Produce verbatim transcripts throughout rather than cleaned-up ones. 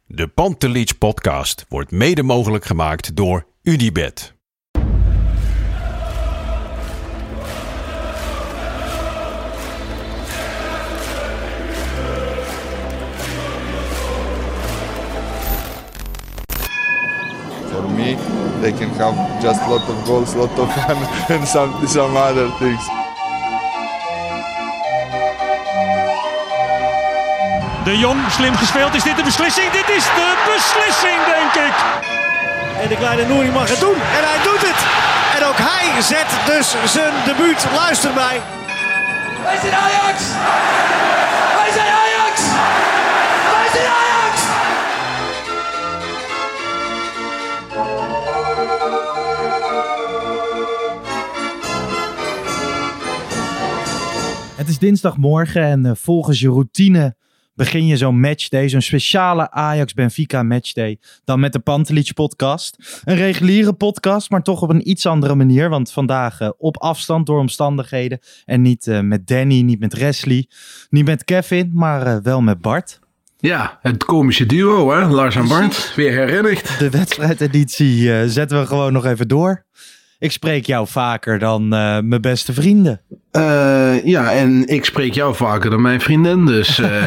De Pantelich podcast wordt mede mogelijk gemaakt door UdiBet. For me, they can have just a lot of goals, a lot of fun and some, some other things. De Jong, slim gespeeld. Is dit de beslissing? Dit is de beslissing, denk ik. En de kleine Nouri mag het doen. En hij doet het. En ook hij zet dus zijn debuut. Luister mij. Wij zijn Ajax! Wij zijn Ajax! Wij zijn Ajax! Het is dinsdagmorgen en uh, volgens je routine begin je zo'n matchday, zo'n speciale Ajax-Benfica matchday, dan met de Pantelich podcast. Een reguliere podcast, maar toch op een iets andere manier, want vandaag uh, op afstand door omstandigheden en niet uh, met Danny, niet met Wesley, niet met Kevin, maar uh, wel met Bart. Ja, het komische duo, hè? Lars en Bart, weer herinnerd. De wedstrijdeditie uh, zetten we gewoon nog even door. Ik spreek jou vaker dan uh, mijn beste vrienden. Uh, ja, en ik spreek jou vaker dan mijn vriendin, dus... Uh...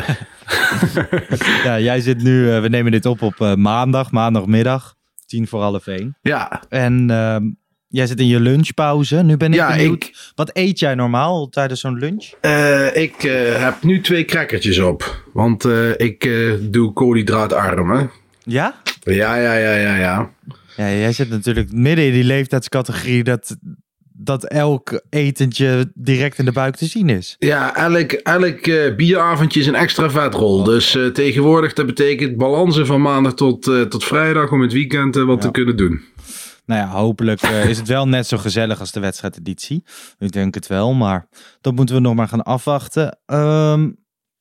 ja, jij zit nu... Uh, we nemen dit op op uh, maandag, maandagmiddag, tien voor half één. Ja. En uh, jij zit in je lunchpauze. Nu ben ik ja, benieuwd. Ik... Wat eet jij normaal tijdens zo'n lunch? Uh, ik uh, heb nu twee crackertjes op. Want uh, ik uh, doe koolhydraatarm, hè. Ja? Ja, ja, ja, ja, ja. Ja, jij zit natuurlijk midden in die leeftijdscategorie dat, dat elk etentje direct in de buik te zien is. Ja, elk, elk uh, bieravondje is een extra vetrol. Oh. Dus uh, tegenwoordig, dat betekent balansen van maandag tot, uh, tot vrijdag om het weekend uh, wat ja. te kunnen doen. Nou ja, hopelijk uh, is het wel net zo gezellig als de wedstrijdeditie. Ik denk het wel, maar dat moeten we nog maar gaan afwachten. Um,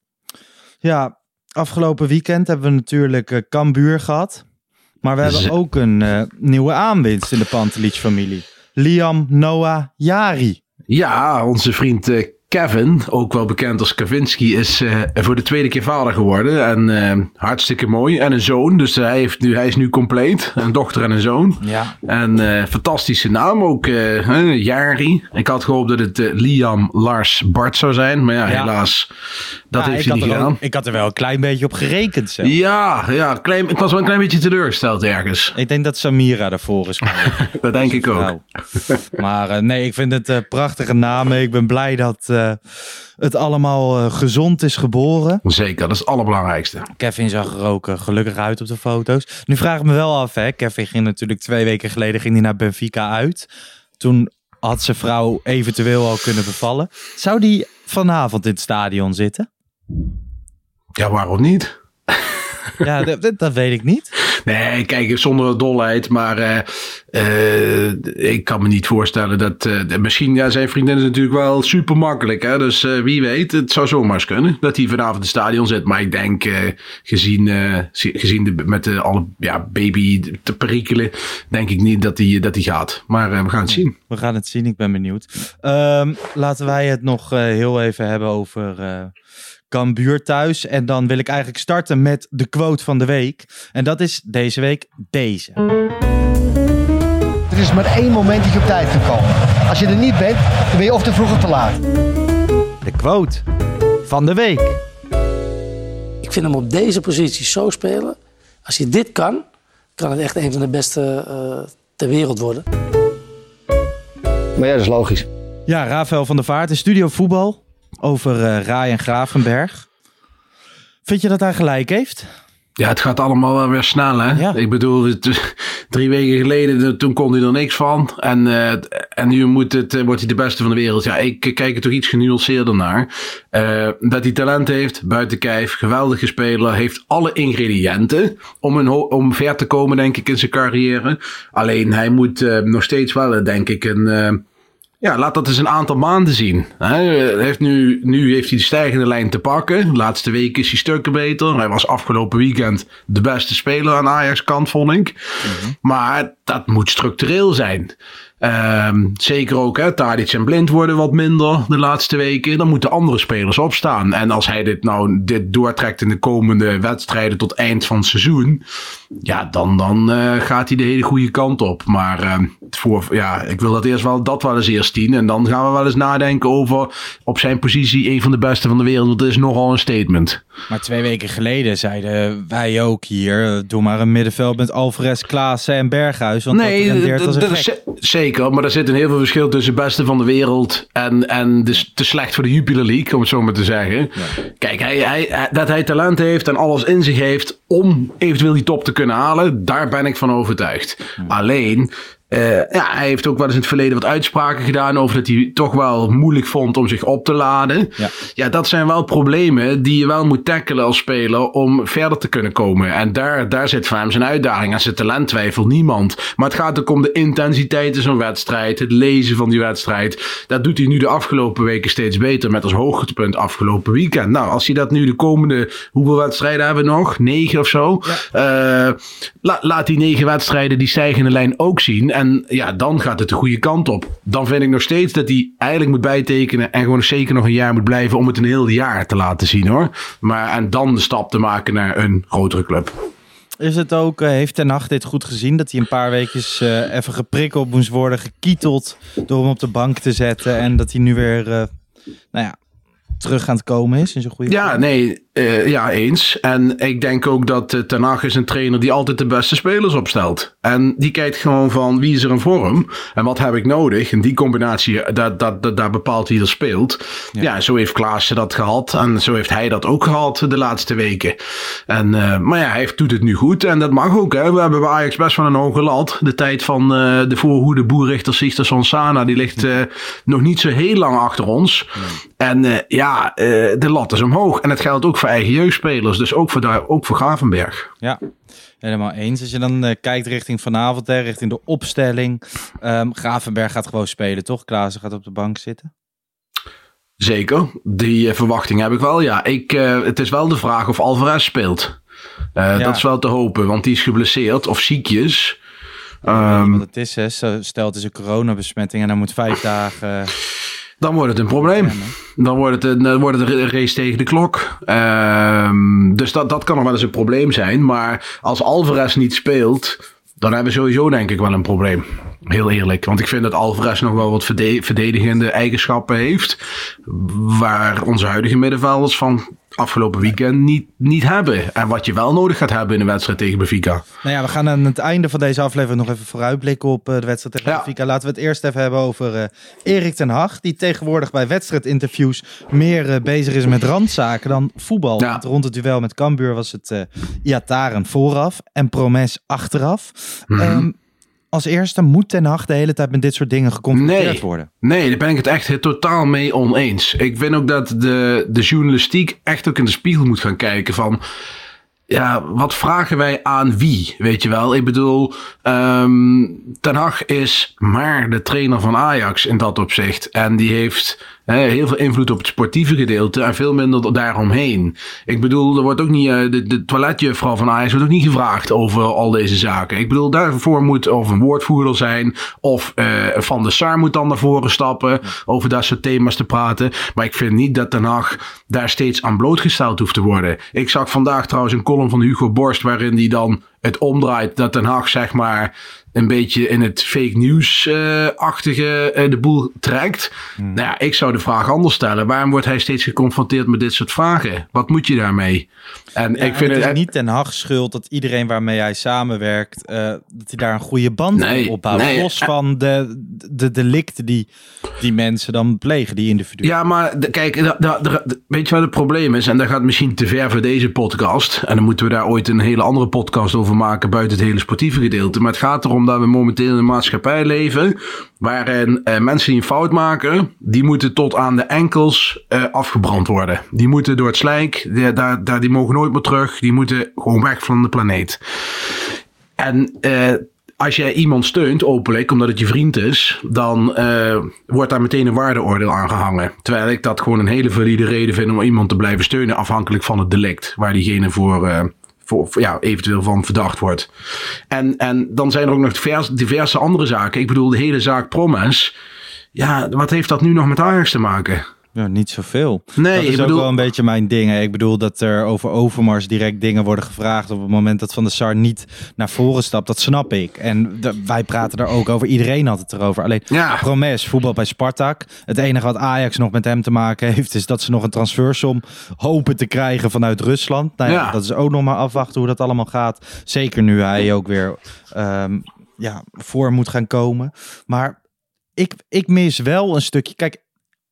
ja, afgelopen weekend hebben we natuurlijk uh, Cambuur gehad. Maar we hebben ook een uh, nieuwe aanwinst in de Pantelich-familie. Liam Noah Jari. Ja, onze vriend uh, Kevin, ook wel bekend als Kavinski, is uh, voor de tweede keer vader geworden. En uh, hartstikke mooi. En een zoon, dus hij, heeft nu, hij is nu compleet. Een dochter en een zoon. Ja. En uh, fantastische naam ook, uh, uh, Jari. Ik had gehoopt dat het uh, Liam, Lars, Bart zou zijn. Maar ja, ja. helaas, dat ja, heeft hij niet gedaan. Ook, ik had er wel een klein beetje op gerekend zelf. Ja, ja klein, ik was wel een klein beetje teleurgesteld ergens. Ik denk dat Samira ervoor is. Dat denk ik ook. Nou. Maar uh, nee, ik vind het uh, prachtige namen. Ik ben blij dat uh, het allemaal uh, gezond is geboren. Zeker, dat is het allerbelangrijkste. Kevin zag er ook uh, gelukkig uit op de foto's. Nu vraag ik me wel af, hè. Kevin ging natuurlijk twee weken geleden ging hij naar Benfica uit. Toen had zijn vrouw eventueel al kunnen bevallen. Zou die vanavond in het stadion zitten? Ja, waarom niet? Ja, dat, dat, dat weet ik niet. Nee, kijk, zonder dolheid, maar uh, uh, ik kan me niet voorstellen dat... Uh, misschien, ja, zijn vriendin is natuurlijk wel super makkelijk, hè, dus uh, wie weet, het zou zomaar eens kunnen dat hij vanavond in het stadion zit. Maar ik denk, uh, gezien, uh, gezien de, met de, alle ja, baby te perikelen, denk ik niet dat hij dat hij gaat. Maar uh, we gaan het zien. We gaan het zien, ik ben benieuwd. Um, laten wij het nog uh, heel even hebben over... Uh, Cambuur thuis. En dan wil ik eigenlijk starten met de quote van de week. En dat is deze week deze. Er is maar één moment dat je op tijd kan komen. Als je er niet bent, dan ben je of te vroeg of te laat. De quote van de week. Ik vind hem op deze positie zo spelen. Als hij dit kan, kan het echt een van de beste uh, ter wereld worden. Maar ja, dat is logisch. Ja, Rafael van der Vaart in Studio Voetbal. Over uh, Ryan Gravenberg. Vind je dat hij gelijk heeft? Ja, het gaat allemaal wel weer snel, hè? Ja. Ik bedoel, het, drie weken geleden, toen kon hij er niks van. En, uh, en nu moet het, uh, wordt hij de beste van de wereld. Ja, ik kijk er toch iets genuanceerder naar. Uh, dat hij talent heeft, buiten kijf, geweldige speler. Heeft alle ingrediënten om, een ho- om ver te komen, denk ik, in zijn carrière. Alleen, hij moet uh, nog steeds wel, denk ik, een... Uh, Ja, laat dat eens een aantal maanden zien. Hij heeft nu, nu heeft hij de stijgende lijn te pakken. De laatste weken is hij stukken beter. Hij was afgelopen weekend de beste speler aan Ajax kant, vond ik. Mm-hmm. Maar dat moet structureel zijn. Um, zeker ook, hè, Tadic en Blind worden wat minder de laatste weken. Dan moeten andere spelers opstaan. En als hij dit nou dit doortrekt in de komende wedstrijden tot eind van het seizoen, ja, dan, dan uh, gaat hij de hele goede kant op. Maar uh, voor, ja, ik wil dat eerst wel, dat wel eens eerst zien. En dan gaan we wel eens nadenken over op zijn positie een van de beste van de wereld. Want dat is nogal een statement. Maar twee weken geleden zeiden wij ook hier, doe maar een middenveld met Alvarez, Klaassen en Berghuis. Want nee, dat rendeert als een gek. Z- zeker, maar er zit een heel veel verschil tussen beste van de wereld en, en de, te slecht voor de Jupiler League, om het zo maar te zeggen. Ja. Kijk, hij, hij, dat hij talent heeft en alles in zich heeft om eventueel die top te kunnen halen, daar ben ik van overtuigd. Ja. Alleen, Uh, ja, hij heeft ook wel eens in het verleden wat uitspraken gedaan over dat hij toch wel moeilijk vond om zich op te laden. Ja, ja dat zijn wel problemen die je wel moet tackelen als speler om verder te kunnen komen. En daar, daar zit voor hem zijn uitdaging. Aan zijn talent twijfelt niemand. Maar het gaat ook om de intensiteit in zo'n wedstrijd, het lezen van die wedstrijd. Dat doet hij nu de afgelopen weken steeds beter met als hoogtepunt afgelopen weekend. Nou, als hij dat nu de komende, hoeveel wedstrijden hebben we nog? Negen of zo? Ja. Uh, la, laat die negen wedstrijden die stijgende lijn ook zien. En ja, dan gaat het de goede kant op. Dan vind ik nog steeds dat hij eigenlijk moet bijtekenen en gewoon zeker nog een jaar moet blijven om het een heel jaar te laten zien, hoor. Maar en dan de stap te maken naar een grotere club. Is het ook, uh, heeft Ten Hag dit goed gezien? Dat hij een paar weekjes uh, even geprikkeld moest worden, gekieteld door hem op de bank te zetten. En dat hij nu weer, uh, nou ja, terug aan het komen is in zijn goede Ja, vorm? nee, uh, ja, eens. En ik denk ook dat uh, Ten Hag is een trainer die altijd de beste spelers opstelt. En die kijkt gewoon van wie is er in vorm en wat heb ik nodig. En die combinatie, dat, dat, dat, daar bepaalt wie er speelt. Ja, ja, zo heeft Klaassen dat gehad en zo heeft hij dat ook gehad de laatste weken. En, uh, maar ja, hij heeft, doet het nu goed en dat mag ook. Hè. We hebben bij Ajax best wel een hoge lat. De tijd van uh, de voorhoede Boerrichter, Sigtersson, Sana, die ligt uh, nog niet zo heel lang achter ons. Ja. En uh, ja, uh, de lat is omhoog. En dat geldt ook voor eigen jeugdspelers. Dus ook voor, daar, ook voor Gravenberg. Ja, helemaal eens. Als je dan uh, kijkt richting vanavond, hè, richting de opstelling. Um, Gravenberg gaat gewoon spelen, toch? Klaassen gaat op de bank zitten. Zeker. Die uh, verwachting heb ik wel. Ja, ik, uh, het is wel de vraag of Alvarez speelt. Uh, ja. Dat is wel te hopen, want die is geblesseerd of ziekjes. Ja, um, wat het is, hè. Stel het is een coronabesmetting en dan moet vijf dagen... Uh... Dan wordt het een probleem. Dan wordt het een, dan wordt het een race tegen de klok. Um, dus dat, dat kan nog wel eens een probleem zijn. Maar als Alvarez niet speelt, dan hebben we sowieso denk ik wel een probleem. Heel eerlijk. Want ik vind dat Alvarez nog wel wat verdedigende eigenschappen heeft. Waar onze huidige middenvelders van afgelopen weekend niet, niet hebben. En wat je wel nodig gaat hebben in een wedstrijd tegen Benfica. Nou ja, we gaan aan het einde van deze aflevering nog even vooruitblikken op uh, de wedstrijd tegen ja. Benfica. Laten we het eerst even hebben over uh, Erik ten Hag. Die tegenwoordig bij wedstrijdinterviews meer uh, bezig is met randzaken dan voetbal. Ja. Want rond het duel met Cambuur was het uh, Iataren vooraf en Promes achteraf. Mm-hmm. Um, Als eerste moet Ten Hag de hele tijd met dit soort dingen geconfronteerd nee, worden. Nee, daar ben ik het echt totaal mee oneens. Ik vind ook dat de, de journalistiek echt ook in de spiegel moet gaan kijken van... Ja, wat vragen wij aan wie, weet je wel? Ik bedoel, um, Ten Hag is maar de trainer van Ajax in dat opzicht. En die heeft he, heel veel invloed op het sportieve gedeelte en veel minder daaromheen. Ik bedoel, er wordt ook niet, uh, de, de toiletjuffrouw van Ajax wordt ook niet gevraagd over al deze zaken. Ik bedoel, daarvoor moet of een woordvoerder zijn of uh, Van der Sar moet dan naar voren stappen over dat soort thema's te praten. Maar ik vind niet dat Ten Hag daar steeds aan blootgesteld hoeft te worden. Ik zag vandaag trouwens een column van Hugo Borst waarin die dan het omdraait dat Ten Hag zeg maar een beetje in het fake news-achtige uh, uh, de boel trekt. Hmm. Nou ja, ik zou de vraag anders stellen. Waarom wordt hij steeds geconfronteerd met dit soort vragen? Wat moet je daarmee? En ja, ik vind het is het niet Ten Hag schuld dat iedereen waarmee hij samenwerkt, uh, dat hij daar een goede band nee, mee opbouwt. Nee, los van de, de delicten die die mensen dan plegen, die individuen. Ja, maar de, kijk, de, de, de, weet je wat het probleem is? En dat gaat misschien te ver voor deze podcast. En dan moeten we daar ooit een hele andere podcast over maken buiten het hele sportieve gedeelte. Maar het gaat erom dat we momenteel in een maatschappij leven waarin uh, mensen die een fout maken, die moeten tot aan de enkels uh, afgebrand worden. Die moeten door het slijk, die, daar, daar, die mogen nooit meer terug. Die moeten gewoon weg van de planeet. En uh, als jij iemand steunt openlijk, omdat het je vriend is, dan uh, wordt daar meteen een waardeoordeel aan gehangen. Terwijl ik dat gewoon een hele valide reden vind om iemand te blijven steunen, afhankelijk van het delict waar diegene voor, uh, voor, voor, ja, eventueel van verdacht wordt. En, en dan zijn er ook nog diverse, diverse andere zaken. Ik bedoel, de hele zaak Promes. Ja, wat heeft dat nu nog met Ajax te maken? Ja, niet zoveel. Nee, dat is ik ook bedoel... wel een beetje mijn ding. Hè. Ik bedoel dat er over Overmars direct dingen worden gevraagd op het moment dat Van der Sar niet naar voren stapt. Dat snap ik. En de, wij praten er ook over. Iedereen had het erover. Alleen ja. Promes, voetbal bij Spartak. Het enige wat Ajax nog met hem te maken heeft, is dat ze nog een transfersom hopen te krijgen vanuit Rusland. Nou ja, ja. Dat is ook nog maar afwachten hoe dat allemaal gaat. Zeker nu hij ook weer um, ja, voor moet gaan komen. Maar ik, ik mis wel een stukje. Kijk,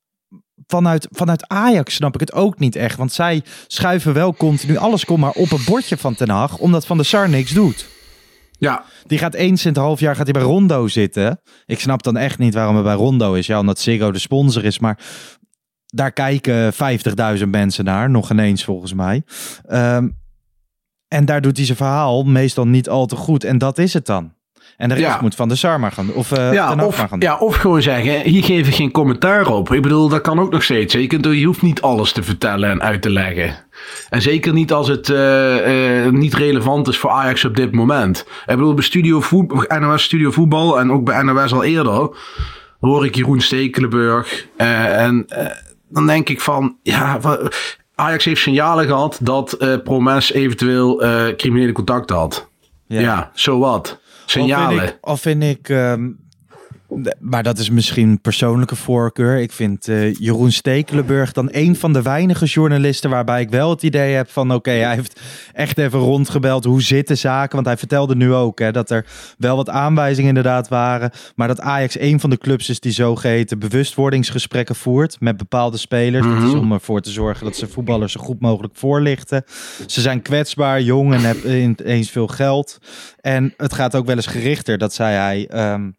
Vanuit, vanuit Ajax snap ik het ook niet echt. Want zij schuiven wel continu alles kom maar op een bordje van Ten Hag. Omdat Van der Sar niks doet. Ja. Die gaat eens in het half jaar gaat hij bij Rondo zitten. Ik snap dan echt niet waarom hij bij Rondo is. Ja, omdat Ziggo de sponsor is. Maar daar kijken vijftigduizend mensen naar. Nog ineens volgens mij. Um, en daar doet hij zijn verhaal meestal niet al te goed. En dat is het dan. En de rest ja. moet Van der Sar maar gaan of uh, ja, of, maar gaan doen. Ja, of gewoon zeggen, hier geef ik geen commentaar op. Ik bedoel, dat kan ook nog steeds. Je, kunt, je hoeft niet alles te vertellen en uit te leggen. En zeker niet als het uh, uh, niet relevant is voor Ajax op dit moment. Ik bedoel, bij Studio Voetbal, N O S Studio Voetbal en ook bij N O S al eerder hoor ik Jeroen Stekelenburg. Uh, en uh, dan denk ik van, ja... Ajax heeft signalen gehad dat uh, Promes eventueel uh, criminele contacten had. Ja, ja so wat. Signalen. Al vind ik, vind ik um, maar dat is misschien persoonlijke voorkeur. Ik vind uh, Jeroen Stekelenburg dan een van de weinige journalisten waarbij ik wel het idee heb van oké, okay, hij heeft echt even rondgebeld. Hoe zitten zaken? Want hij vertelde nu ook hè, dat er wel wat aanwijzingen inderdaad waren. Maar dat Ajax een van de clubs is die zogeheten bewustwordingsgesprekken voert met bepaalde spelers. Mm-hmm. Dat is om ervoor te zorgen dat ze voetballers zo goed mogelijk voorlichten. Ze zijn kwetsbaar, jong en hebben ineens veel geld. En het gaat ook wel eens gerichter, dat zei hij... Um,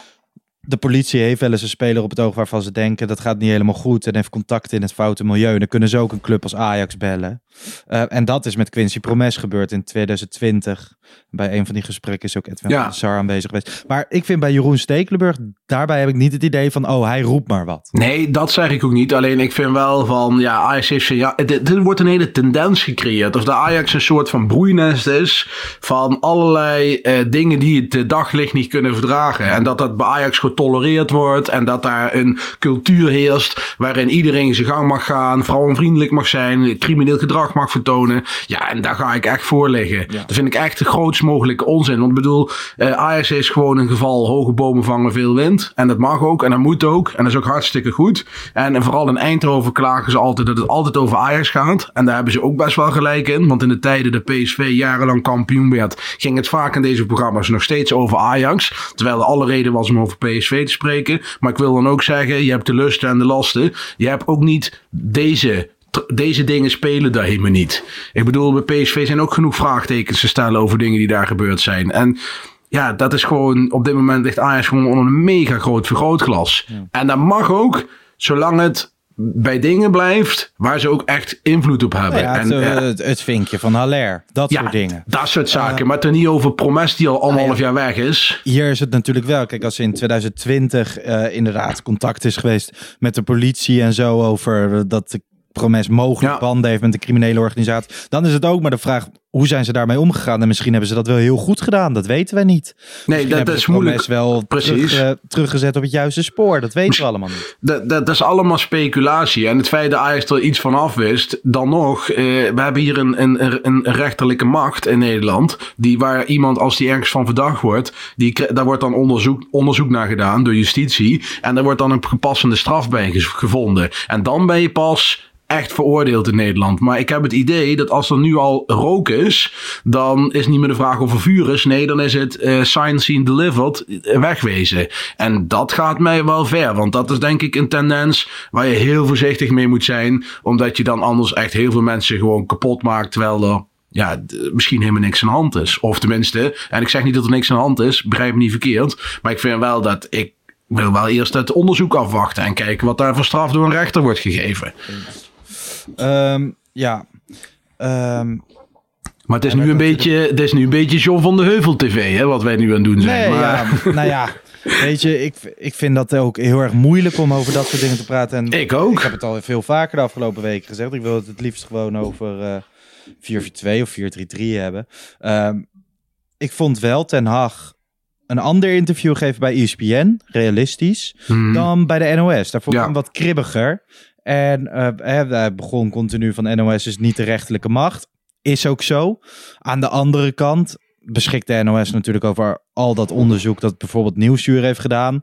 De politie heeft wel eens een speler op het oog waarvan ze denken dat gaat niet helemaal goed en heeft contact in het foute milieu. Dan kunnen ze ook een club als Ajax bellen. Uh, en dat is met Quincy Promes gebeurd in twintig twintig. Bij een van die gesprekken is ook Edwin ja. van der Sar aanwezig geweest. Maar ik vind bij Jeroen Stekelenburg, daarbij heb ik niet het idee van, oh, hij roept maar wat. Nee, dat zeg ik ook niet. Alleen ik vind wel van, ja, Ajax heeft ja, er wordt een hele tendens gecreëerd. Of de Ajax een soort van broeinest is van allerlei uh, dingen die het daglicht niet kunnen verdragen. En dat dat bij Ajax getolereerd wordt en dat daar een cultuur heerst waarin iedereen zijn gang mag gaan, vrouwenvriendelijk mag zijn, crimineel gedrag mag vertonen. Ja, en daar ga ik echt voor liggen. Ja. Dat vind ik echt de grootst mogelijke onzin. Want ik bedoel, uh, Ajax is gewoon een geval hoge bomen vangen veel wind. En dat mag ook en dat moet ook. En dat is ook hartstikke goed. En, en vooral in Eindhoven klagen ze altijd dat het altijd over Ajax gaat. En daar hebben ze ook best wel gelijk in. Want in de tijden dat P S V jarenlang kampioen werd, ging het vaak in deze programma's nog steeds over Ajax. Terwijl er alle reden was om over P S V te spreken. Maar ik wil dan ook zeggen, je hebt de lusten en de lasten. Je hebt ook niet deze... Deze dingen spelen daar helemaal niet. Ik bedoel, bij P S V zijn ook genoeg vraagtekens te stellen over dingen die daar gebeurd zijn. En ja, dat is gewoon, op dit moment ligt Ajax gewoon onder een mega groot vergrootglas. Ja. En dat mag ook, zolang het bij dingen blijft waar ze ook echt invloed op hebben. Ja, het, en, uh, het, het vinkje van Haller, dat ja, soort dingen. Dat soort zaken, uh, maar het er niet over Promes die al anderhalf uh, ja. jaar weg is. Hier is het natuurlijk wel. Kijk, als in twintig twintig uh, inderdaad contact is geweest met de politie en zo over uh, dat de Promes mogelijk ja. banden heeft met de criminele organisatie, dan is het ook maar de vraag, hoe zijn ze daarmee omgegaan? En misschien hebben ze dat wel heel goed gedaan. Dat weten we niet. Nee, dat, dat is moeilijk. wel terug, uh, teruggezet op het juiste spoor. Dat weten we allemaal niet. Dat, dat, dat is allemaal speculatie. En het feit dat Ajax er iets van af wist, dan nog, uh, we hebben hier een, een, een rechterlijke macht in Nederland, die waar iemand, als die ergens van verdacht wordt, die, daar wordt dan onderzoek, onderzoek naar gedaan door justitie. En daar wordt dan een gepassende straf bij gevonden. En dan ben je pas echt veroordeeld in Nederland. Maar ik heb het idee dat als er nu al rook is, dan is niet meer de vraag of er vuur is. Nee, dan is het uh, sign, seen, delivered, wegwezen. En dat gaat mij wel ver. Want dat is denk ik een tendens waar je heel voorzichtig mee moet zijn. Omdat je dan anders echt heel veel mensen gewoon kapot maakt. Terwijl er ja, d- misschien helemaal niks aan de hand is. Of tenminste, en ik zeg niet dat er niks aan de hand is. Begrijp me niet verkeerd. Maar ik vind wel dat ik wil wel eerst het onderzoek afwachten. En kijken wat daar voor straf door een rechter wordt gegeven. Um, ja. Um, maar het is, nu een beetje, het is nu een beetje John van de Heuvel tv, hè, wat wij nu aan het doen zijn. Nee, maar... ja, nou ja, weet je, ik, ik vind dat ook heel erg moeilijk om over dat soort dingen te praten. En ik ook. Ik heb het al veel vaker de afgelopen weken gezegd. Ik wil het het liefst gewoon over uh, vier vier twee of vier drie drie hebben. Um, ik vond wel Ten Hag een ander interview geven bij E S P N, realistisch, hmm. dan bij de N O S. Daar vond ik ja. hem wat kribbiger. En uh, hij begon continu van N O S is niet de rechterlijke macht. Is ook zo. Aan de andere kant beschikt de N O S natuurlijk over al dat onderzoek dat bijvoorbeeld Nieuwsuur heeft gedaan.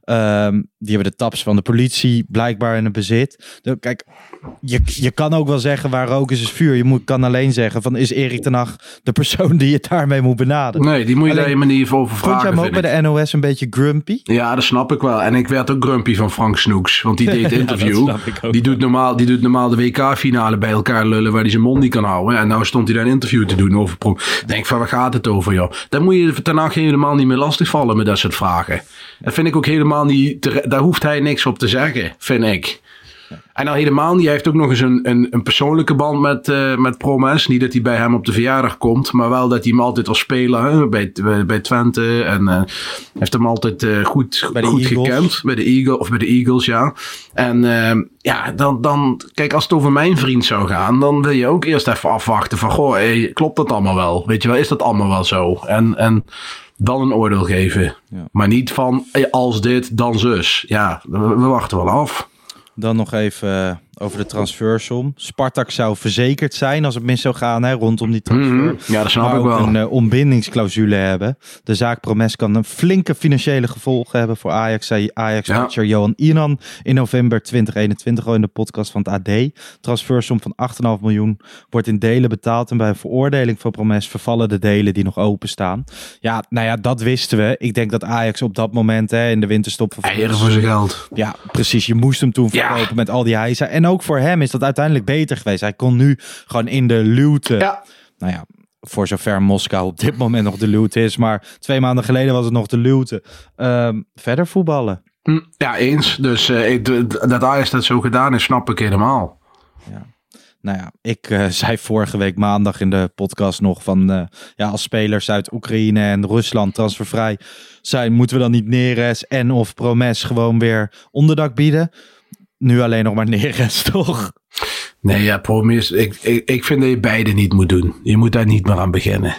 Um, die hebben de tabs van de politie blijkbaar in het bezit. De, kijk, je, je kan ook wel zeggen waar rook is, is vuur. Je moet, kan alleen zeggen van is Erik ten Hag de persoon die je daarmee moet benaderen. Nee, die moet je alleen, daar helemaal niet over vragen. Vond jij hem ook bij de N O S een beetje grumpy? Ja, dat snap ik wel. En ik werd ook grumpy van Frank Snoeks. Want die deed het interview. ja, die, doet normaal, die doet normaal de W K-finale bij elkaar lullen waar hij zijn mond niet kan houden. En nou stond hij daar een interview te doen over. Ik denk van waar gaat het over joh? Dan moet je ten Hag helemaal niet meer lastigvallen met dat soort vragen. Dat vind ik ook helemaal niet... Te, daar hoeft hij niks op te zeggen, vind ik. En nou helemaal niet. Hij heeft ook nog eens een, een, een persoonlijke band met, uh, met Promes. Niet dat hij bij hem op de verjaardag komt. Maar wel dat hij hem altijd als speler hè, bij, bij, bij Twente. En uh, heeft hem altijd uh, goed, goed gekend. Bij de Eagles. Of bij de Eagles, ja. En uh, ja, dan, dan... Kijk, als het over mijn vriend zou gaan. Dan wil je ook eerst even afwachten van... Goh, hey, klopt dat allemaal wel? Weet je wel, is dat allemaal wel zo? En... en dan een oordeel geven. Ja. Maar niet van hey, als dit, dan zus. Ja, we, we wachten wel af. Dan nog even uh, over de transfersom. Spartak zou verzekerd zijn als het mis zou gaan hè, rondom die transfer. Mm-hmm. Ja, dat snap maar ik wel. ook een uh, ontbindingsclausule hebben. De zaak Promes kan een flinke financiële gevolgen hebben voor Ajax. Zei Ajax-watcher ja. Johan Inan in november twintig eenentwintig al in de podcast van het A D. Transfersom van acht komma vijf miljoen wordt in delen betaald. En bij een veroordeling van Promes vervallen de delen die nog openstaan. Ja, nou ja, dat wisten we. Ik denk dat Ajax op dat moment hè, in de winterstop... Eieren voor zijn geld. Ja, precies. Je moest hem toen verkopen ja. met al die heisa. En ook voor hem is dat uiteindelijk beter geweest. Hij kon nu gewoon in de luwte... Ja. Nou ja, voor zover Moskou op dit moment nog de luwte is. Maar twee maanden geleden was het nog de luwte. Um, verder voetballen. Ja, eens. Dus uh, ik, dat Ajax dat zo gedaan is, snap ik helemaal. Ja. Nou ja, ik uh, zei vorige week maandag in de podcast nog van... Uh, ja, als spelers uit Oekraïne en Rusland transfervrij zijn... moeten we dan niet Neres en of Promes gewoon weer onderdak bieden? Nu alleen nog maar Neres, toch? Nee, ja, Promes. Ik, ik, ik vind dat je beide niet moet doen. Je moet daar niet meer aan beginnen.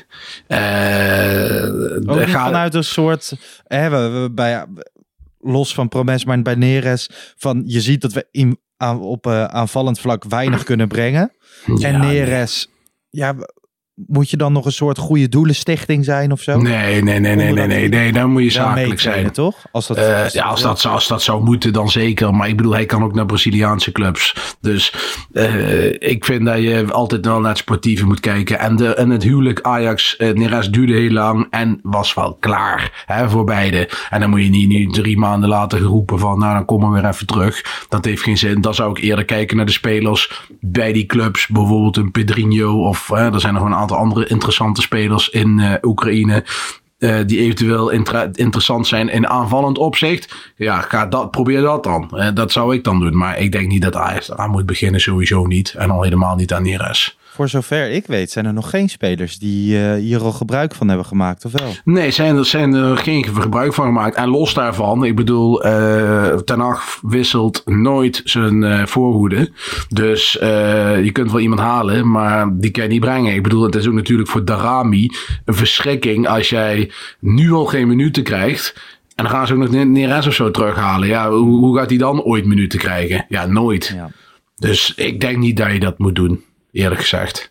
Uh, Ook niet ga... vanuit een soort... Hè, we, we, bij, los van Promes, maar bij Neres... van je ziet dat we in, aan, op uh, aanvallend vlak weinig kunnen brengen. Ja, en Neres... Nee. Ja, moet je dan nog een soort goede doelenstichting zijn of zo? Nee, nee, nee, nee, nee, nee, nee. Dan moet je zakelijk zijn. Toch? Als dat, uh, als ja, als dat, als dat zou moeten, dan zeker. Maar ik bedoel, hij kan ook naar Braziliaanse clubs. Dus uh, ik vind dat je altijd wel naar het sportieve moet kijken. En, de, en het huwelijk Ajax, uh, Neres duurde heel lang en was wel klaar hè, voor beide. En dan moet je niet nu drie maanden later geroepen van, nou dan kom maar weer even terug. Dat heeft geen zin. Dan zou ik eerder kijken naar de spelers bij die clubs. Bijvoorbeeld een Pedrinho of uh, er zijn nog een aantal andere interessante spelers in uh, Oekraïne uh, die eventueel intra- interessant zijn in aanvallend opzicht. Ja, ga dat, probeer dat dan. Uh, dat zou ik dan doen. Maar ik denk niet dat Ajax aan moet beginnen, sowieso niet. En al helemaal niet aan Neres. Voor zover ik weet zijn er nog geen spelers die uh, hier al gebruik van hebben gemaakt, of wel? Nee, zijn er zijn er geen gebruik van gemaakt. En los daarvan, ik bedoel, uh, Ten Hag wisselt nooit zijn uh, voorhoede. Dus uh, je kunt wel iemand halen, maar die kan je niet brengen. Ik bedoel, het is ook natuurlijk voor Daramy een verschrikking als jij nu al geen minuten krijgt. En dan gaan ze ook nog Neres of zo terughalen. Ja, hoe, hoe gaat hij dan ooit minuten krijgen? Ja, nooit. Ja. Dus ik denk niet dat je dat moet doen. Eerlijk gezegd.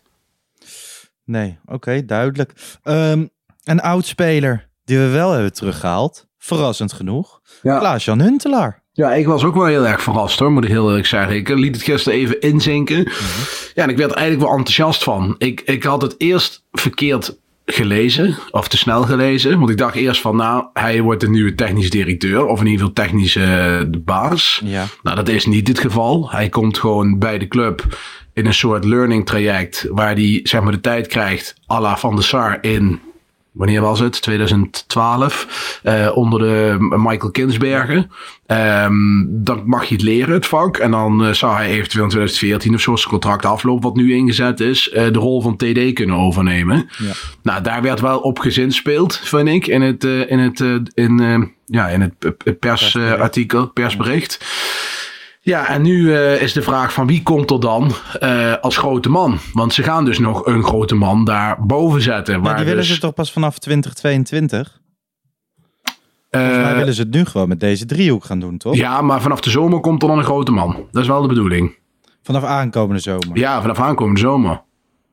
Nee, oké, okay, duidelijk. Um, een oud-speler die we wel hebben teruggehaald. Verrassend genoeg. Ja. Klaas-Jan Huntelaar. Ja, ik was ook wel heel erg verrast hoor, moet ik heel eerlijk zeggen. Ik liet het gisteren even inzinken. Mm-hmm. Ja, en ik werd er eigenlijk wel enthousiast van. Ik, ik had het eerst verkeerd gelezen, of te snel gelezen. Want ik dacht eerst van, nou, hij wordt de nieuwe technisch directeur. Of in ieder geval technische uh, baas. Ja. Nou, dat is niet het geval. Hij komt gewoon bij de club in een soort learning traject waar hij zeg maar de tijd krijgt à la Van der Sar in, wanneer was het? twintig twaalf. Uh, onder de Michael Kinsbergen. Um, dan mag je het leren, het vak. En dan uh, zou hij eventueel in twintig veertien of zo zijn contract afloop, wat nu ingezet is, uh, de rol van T D kunnen overnemen. Ja. Nou, daar werd wel op gezinspeeld, vind ik, in het, uh, in het, uh, in, uh, ja, in het persartikel, uh, persbericht. Ja, en nu uh, is de vraag van wie komt er dan uh, als grote man? Want ze gaan dus nog een grote man daar boven zetten. Maar die willen dus... ze toch pas vanaf twintig tweeëntwintig? Volgens mij willen ze het nu gewoon met deze driehoek gaan doen, toch? Ja, maar vanaf de zomer komt er dan een grote man. Dat is wel de bedoeling. Vanaf aankomende zomer? Ja, vanaf aankomende zomer. Oké.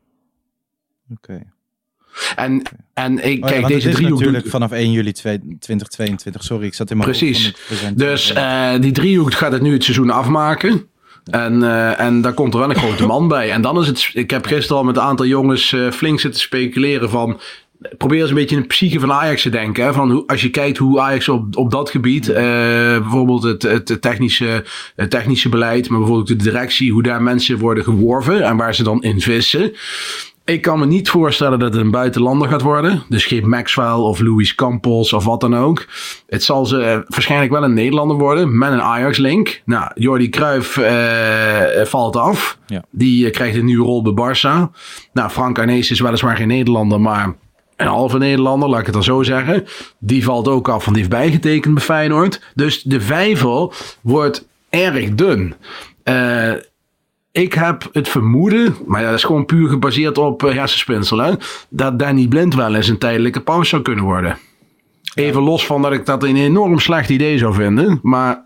Okay. En, okay. en ik, oh, kijk, ja, deze is driehoek... natuurlijk vanaf één juli tweeëntwintig tweeëntwintig. Sorry, ik zat in mijn Precies. Dus uh, die driehoek gaat het nu het seizoen afmaken. En, uh, en daar komt er wel een grote man bij. En dan is het... Ik heb gisteren al met een aantal jongens uh, flink zitten speculeren van... Probeer eens een beetje in de psyche van Ajax te denken. Hè? Van hoe, als je kijkt hoe Ajax op, op dat gebied, uh, bijvoorbeeld het, het, technische, het technische beleid, maar bijvoorbeeld de directie, hoe daar mensen worden geworven en waar ze dan in vissen. Ik kan me niet voorstellen dat het een buitenlander gaat worden. Dus geen Maxwell of Luis Campos of wat dan ook. Het zal ze uh, waarschijnlijk wel een Nederlander worden met een Ajax-link. Nou, Jordi Cruijff uh, valt af. Ja. Die uh, krijgt een nieuwe rol bij Barça. Nou, Frank Arnees is weliswaar geen Nederlander, maar... een halve Nederlander, laat ik het dan zo zeggen. Die valt ook af, want die heeft bijgetekend bij Feyenoord. Dus de vijver wordt erg dun. Uh, ik heb het vermoeden, maar ja, dat is gewoon puur gebaseerd op uh, hersenspinsel, hè, dat Danny Blind wel eens een tijdelijke pauze zou kunnen worden. Even los van dat ik dat een enorm slecht idee zou vinden, maar...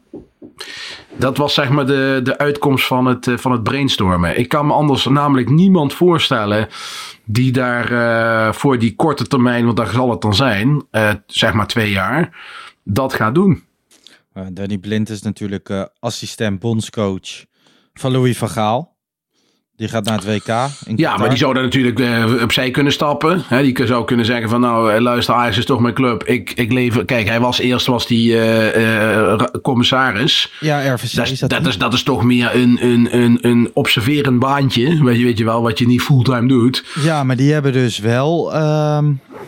dat was zeg maar de, de uitkomst van het, van het brainstormen. Ik kan me anders namelijk niemand voorstellen die daar uh, voor die korte termijn, want daar zal het dan zijn, uh, zeg maar twee jaar, dat gaat doen. Uh, Danny Blind is natuurlijk uh, assistent bondscoach van Louis van Gaal. Die gaat naar het W K. In ja, maar die zou daar natuurlijk uh, opzij kunnen stappen. He, die zou kunnen zeggen van nou, luister, Ajax is toch mijn club. Ik, ik lever... Kijk, hij was eerst was die uh, uh, commissaris. Ja, R V C dat, is dat. Dat is, dat is toch meer een, een, een, een observerend baantje. Weet je, weet je wel, wat je niet fulltime doet. Ja, maar die hebben dus wel... Uh,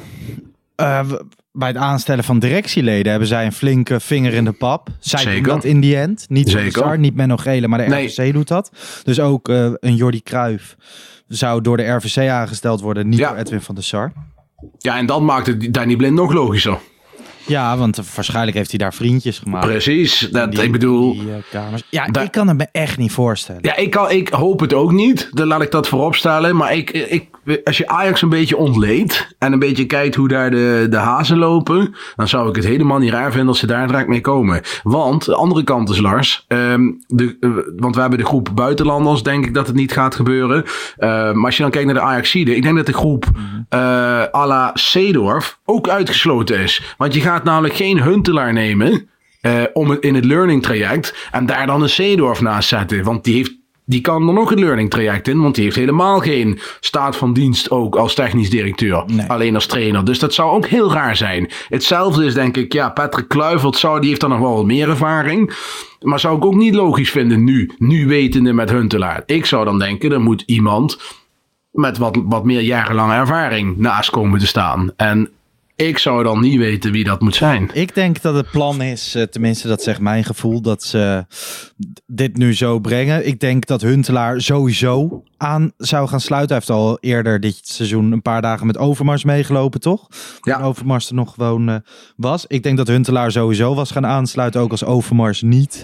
uh, bij het aanstellen van directieleden hebben zij een flinke vinger in de pap. Zij doen dat in die end. Niet de Sar, niet Menno Gele, maar de nee. R V C doet dat. Dus ook uh, een Jordi Cruijff zou door de R V C aangesteld worden, niet ja. door Edwin van der Sar. Ja, en dat maakt het Danny Blind nog logischer. Ja, want waarschijnlijk heeft hij daar vriendjes gemaakt. Precies, dat, die, ik bedoel... Die, uh, kamers. Ja, da- ik kan het me echt niet voorstellen. Ja, ik, kan, ik hoop het ook niet. Dan laat ik dat voorop stellen. Maar ik, ik, als je Ajax een beetje ontleedt en een beetje kijkt hoe daar de, de hazen lopen, dan zou ik het helemaal niet raar vinden als ze daar direct mee komen. Want, de andere kant is, Lars, um, de, uh, want we hebben de groep buitenlanders, denk ik dat het niet gaat gebeuren. Uh, maar als je dan kijkt naar de Ajaxide, ik denk dat de groep uh, à la Seedorf ook uitgesloten is. Want je gaat namelijk geen Huntelaar nemen uh, om het in het learning traject en daar dan een Seedorf naast zetten. Want die, heeft, die kan er nog het learning traject in, want die heeft helemaal geen staat van dienst ook als technisch directeur. Nee. Alleen als trainer. Dus dat zou ook heel raar zijn. Hetzelfde is denk ik, ja, Patrick Kluivert zou, die heeft dan nog wel wat meer ervaring. Maar zou ik ook niet logisch vinden nu, nu wetende met Huntelaar. Ik zou dan denken, er moet iemand met wat, wat meer jarenlange ervaring naast komen te staan. En ik zou dan niet weten wie dat moet zijn. Ik denk dat het plan is, tenminste dat zegt mijn gevoel, dat ze dit nu zo brengen. Ik denk dat Huntelaar sowieso aan zou gaan sluiten. Hij heeft al eerder dit seizoen een paar dagen met Overmars meegelopen, toch? Ja. Overmars er nog gewoon uh, was. Ik denk dat Huntelaar sowieso was gaan aansluiten, ook als Overmars niet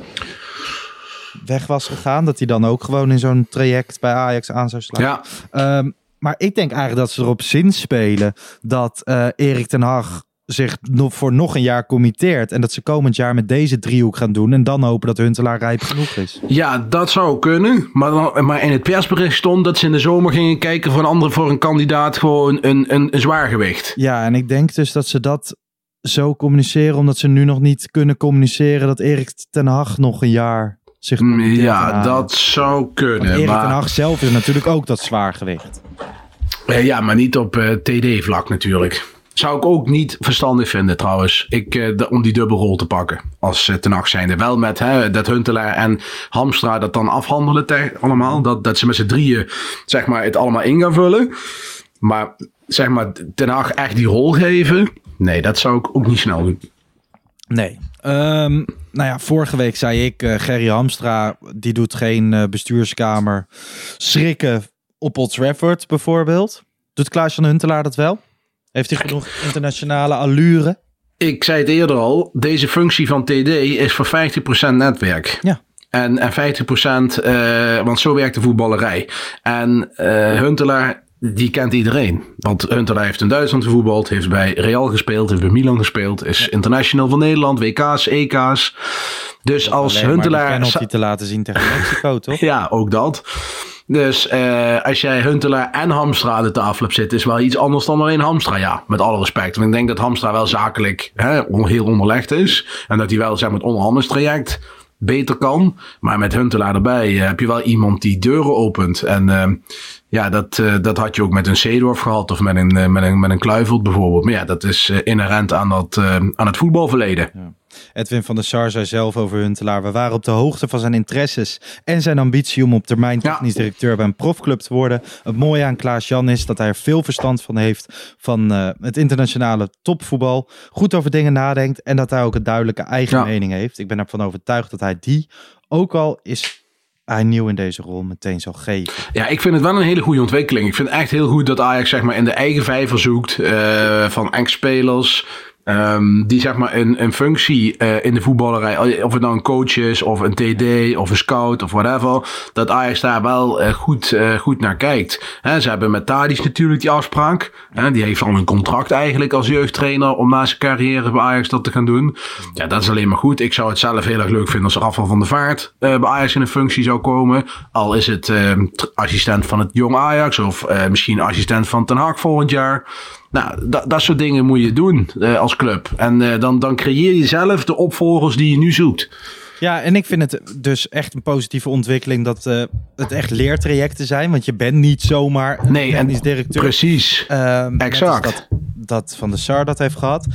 weg was gegaan. Dat hij dan ook gewoon in zo'n traject bij Ajax aan zou sluiten. Ja. Um, Maar ik denk eigenlijk dat ze erop zinspelen dat uh, Erik ten Hag zich nog voor nog een jaar committeert. En dat ze komend jaar met deze driehoek gaan doen. En dan hopen dat Huntelaar rijp genoeg is. Ja, dat zou kunnen. Maar, dan, maar in het persbericht stond dat ze in de zomer gingen kijken voor een andere, voor een kandidaat gewoon een, een, een zwaargewicht. Ja, en ik denk dus dat ze dat zo communiceren. Omdat ze nu nog niet kunnen communiceren dat Erik ten Hag nog een jaar zich Ja, dat zou kunnen. Want Erik maar... ten Hag zelf is natuurlijk ook dat zwaargewicht. Ja, maar niet op uh, T D-vlak natuurlijk. Zou ik ook niet verstandig vinden trouwens. Ik, uh, de, om die dubbelrol te pakken. Als uh, ten Hag zijnde. Wel met hè, dat Huntelaar en Hamstra dat dan afhandelen te, allemaal. Dat, dat ze met z'n drieën zeg maar, het allemaal in gaan vullen. Maar zeg maar ten Hag echt die rol geven. Nee, dat zou ik ook niet snel doen. Nee. Um, nou ja, vorige week zei ik, uh, Gerry Hamstra, die doet geen uh, bestuurskamer schrikken op Old Trafford bijvoorbeeld. Doet Klaas-Jan Huntelaar dat wel? Heeft hij genoeg internationale allure? Ik zei het eerder al, deze functie van T D is voor vijftig procent netwerk. Ja. En, en vijftig procent, uh, want zo werkt de voetballerij. En uh, Huntelaar, die kent iedereen. Want Huntelaar heeft in Duitsland gevoetbald, heeft bij Real gespeeld, heeft bij Milan gespeeld, is international van Nederland, W K's, E K's. Dus als Huntelaar... Alleen maar die te laten zien tegen Mexico, toch? Ja, ook dat. Dus uh, als jij Huntelaar en Hamstra aan de tafel hebt zitten, is wel iets anders dan alleen Hamstra. Ja, met alle respect. Want ik denk dat Hamstra wel zakelijk hè, heel onderlegd is. En dat hij wel zeg maar, het onderhandelstraject beter kan. Maar met Huntelaar erbij uh, heb je wel iemand die deuren opent. En uh, ja, dat, uh, dat had je ook met een Seedorf gehad. Of met een, uh, met een, met een Kluivert bijvoorbeeld. Maar ja, dat is uh, inherent aan, dat, uh, aan het voetbalverleden. Ja. Edwin van der Sar zei zelf over Huntelaar: we waren op de hoogte van zijn interesses en zijn ambitie om op termijn technisch ja. directeur bij een profclub te worden. Het mooie aan Klaas-Jan is dat hij er veel verstand van heeft van uh, het internationale topvoetbal. Goed over dingen nadenkt en dat hij ook een duidelijke eigen ja. mening heeft. Ik ben ervan overtuigd dat hij die, ook al is hij nieuw in deze rol, meteen zal geven. Ja, ik vind het wel een hele goede ontwikkeling. Ik vind het echt heel goed dat Ajax zeg maar in de eigen vijver zoekt uh, van ex-spelers. Um, die zeg maar een, een functie uh, in de voetballerij, of het nou een coach is, of een T D, of een scout, of whatever, dat Ajax daar wel uh, goed, uh, goed naar kijkt. He, ze hebben met Tadic natuurlijk die afspraak. He, die heeft al een contract eigenlijk als jeugdtrainer om na zijn carrière bij Ajax dat te gaan doen. Ja, dat is alleen maar goed. Ik zou het zelf heel erg leuk vinden als Rafael van der Vaart uh, bij Ajax in een functie zou komen. Al is het uh, assistent van het jong Ajax, of uh, misschien assistent van Ten Hag volgend jaar. Nou, dat, dat soort dingen moet je doen uh, als club. En uh, dan, dan creëer je zelf de opvolgers die je nu zoekt. Ja, en ik vind het dus echt een positieve ontwikkeling dat uh, het echt leertrajecten zijn. Want je bent niet zomaar een nee, technisch directeur. Precies, uh, exact. Dat, dat Van der Sar dat heeft gehad.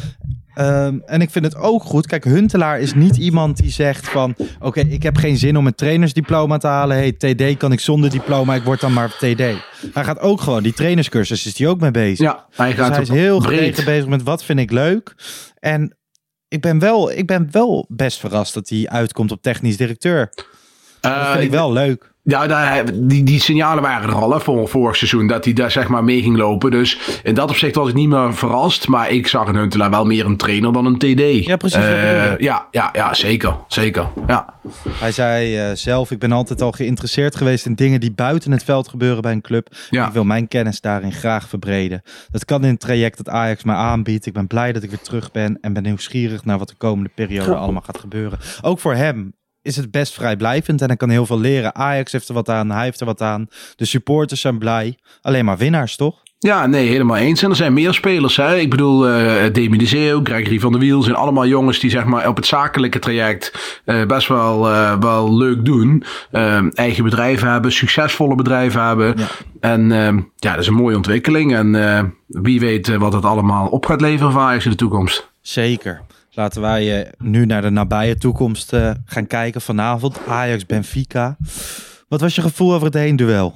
Um, en ik vind het ook goed. Kijk, Huntelaar is niet iemand die zegt van oké, okay, ik heb geen zin om een trainersdiploma te halen. Hey, T D kan ik zonder diploma, ik word dan maar T D. Hij gaat ook gewoon, die trainerscursus is hij ook mee bezig. Ja, hij, gaat dus hij is heel breed gedegen bezig met wat vind ik leuk. En ik ben wel, ik ben wel best verrast dat hij uitkomt op technisch directeur. Uh, dat vind ik wel leuk. Ja, daar, die, die signalen waren er al hè, voor vorig seizoen. Dat hij daar zeg maar mee ging lopen. Dus in dat opzicht was ik niet meer verrast. Maar ik zag in Huntelaar wel meer een trainer dan een T D. Ja, precies. Uh, ja, ja, ja, zeker. Zeker, ja. Hij zei uh, zelf, ik ben altijd al geïnteresseerd geweest in dingen die buiten het veld gebeuren bij een club. Ja. Ik wil mijn kennis daarin graag verbreden. Dat kan in het traject dat Ajax mij aanbiedt. Ik ben blij dat ik weer terug ben. En ben nieuwsgierig naar wat de komende periode ja. allemaal gaat gebeuren. Ook voor hem is het best vrijblijvend en hij kan heel veel leren. Ajax heeft er wat aan, hij heeft er wat aan. De supporters zijn blij. Alleen maar winnaars, toch? Ja, nee, helemaal eens. En er zijn meer spelers. Hè? Ik bedoel, uh, Demi de Zeeuw, Gregory van der Wiel zijn allemaal jongens die zeg maar op het zakelijke traject uh, best wel, uh, wel leuk doen. Uh, eigen bedrijven hebben, succesvolle bedrijven hebben. Ja. En uh, ja, dat is een mooie ontwikkeling. En uh, wie weet wat het allemaal op gaat leveren voor Ajax in de toekomst. Zeker. Laten wij uh, nu naar de nabije toekomst uh, gaan kijken vanavond. Ajax-Benfica. Wat was je gevoel over het heenduel?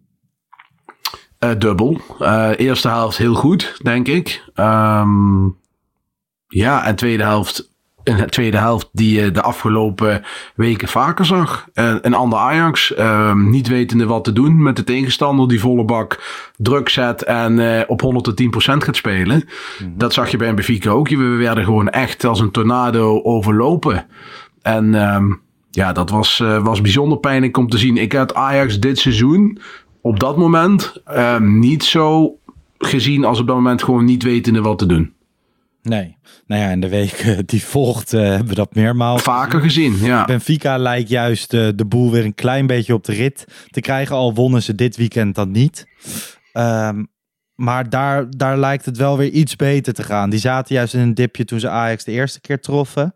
Uh, dubbel. Uh, eerste helft heel goed, denk ik. Um, ja, en tweede helft... Een tweede helft die je de afgelopen weken vaker zag. Uh, een ander Ajax. Uh, niet wetende wat te doen met de tegenstander. Die volle bak druk zet en uh, op honderdtien procent gaat spelen. Mm-hmm. Dat zag je bij Benfica ook. We werden gewoon echt als een tornado overlopen. En um, ja, dat was, uh, was bijzonder pijnlijk om te zien. Ik had Ajax dit seizoen op dat moment uh, niet zo gezien als op dat moment gewoon niet wetende wat te doen. Nee, nou ja, in de week die volgt uh, hebben we dat meermaals vaker gezien. gezien ja. Benfica lijkt juist uh, de boel weer een klein beetje op de rit te krijgen. Al wonnen ze dit weekend dan niet. Um, maar daar, daar lijkt het wel weer iets beter te gaan. Die zaten juist in een dipje toen ze Ajax de eerste keer troffen.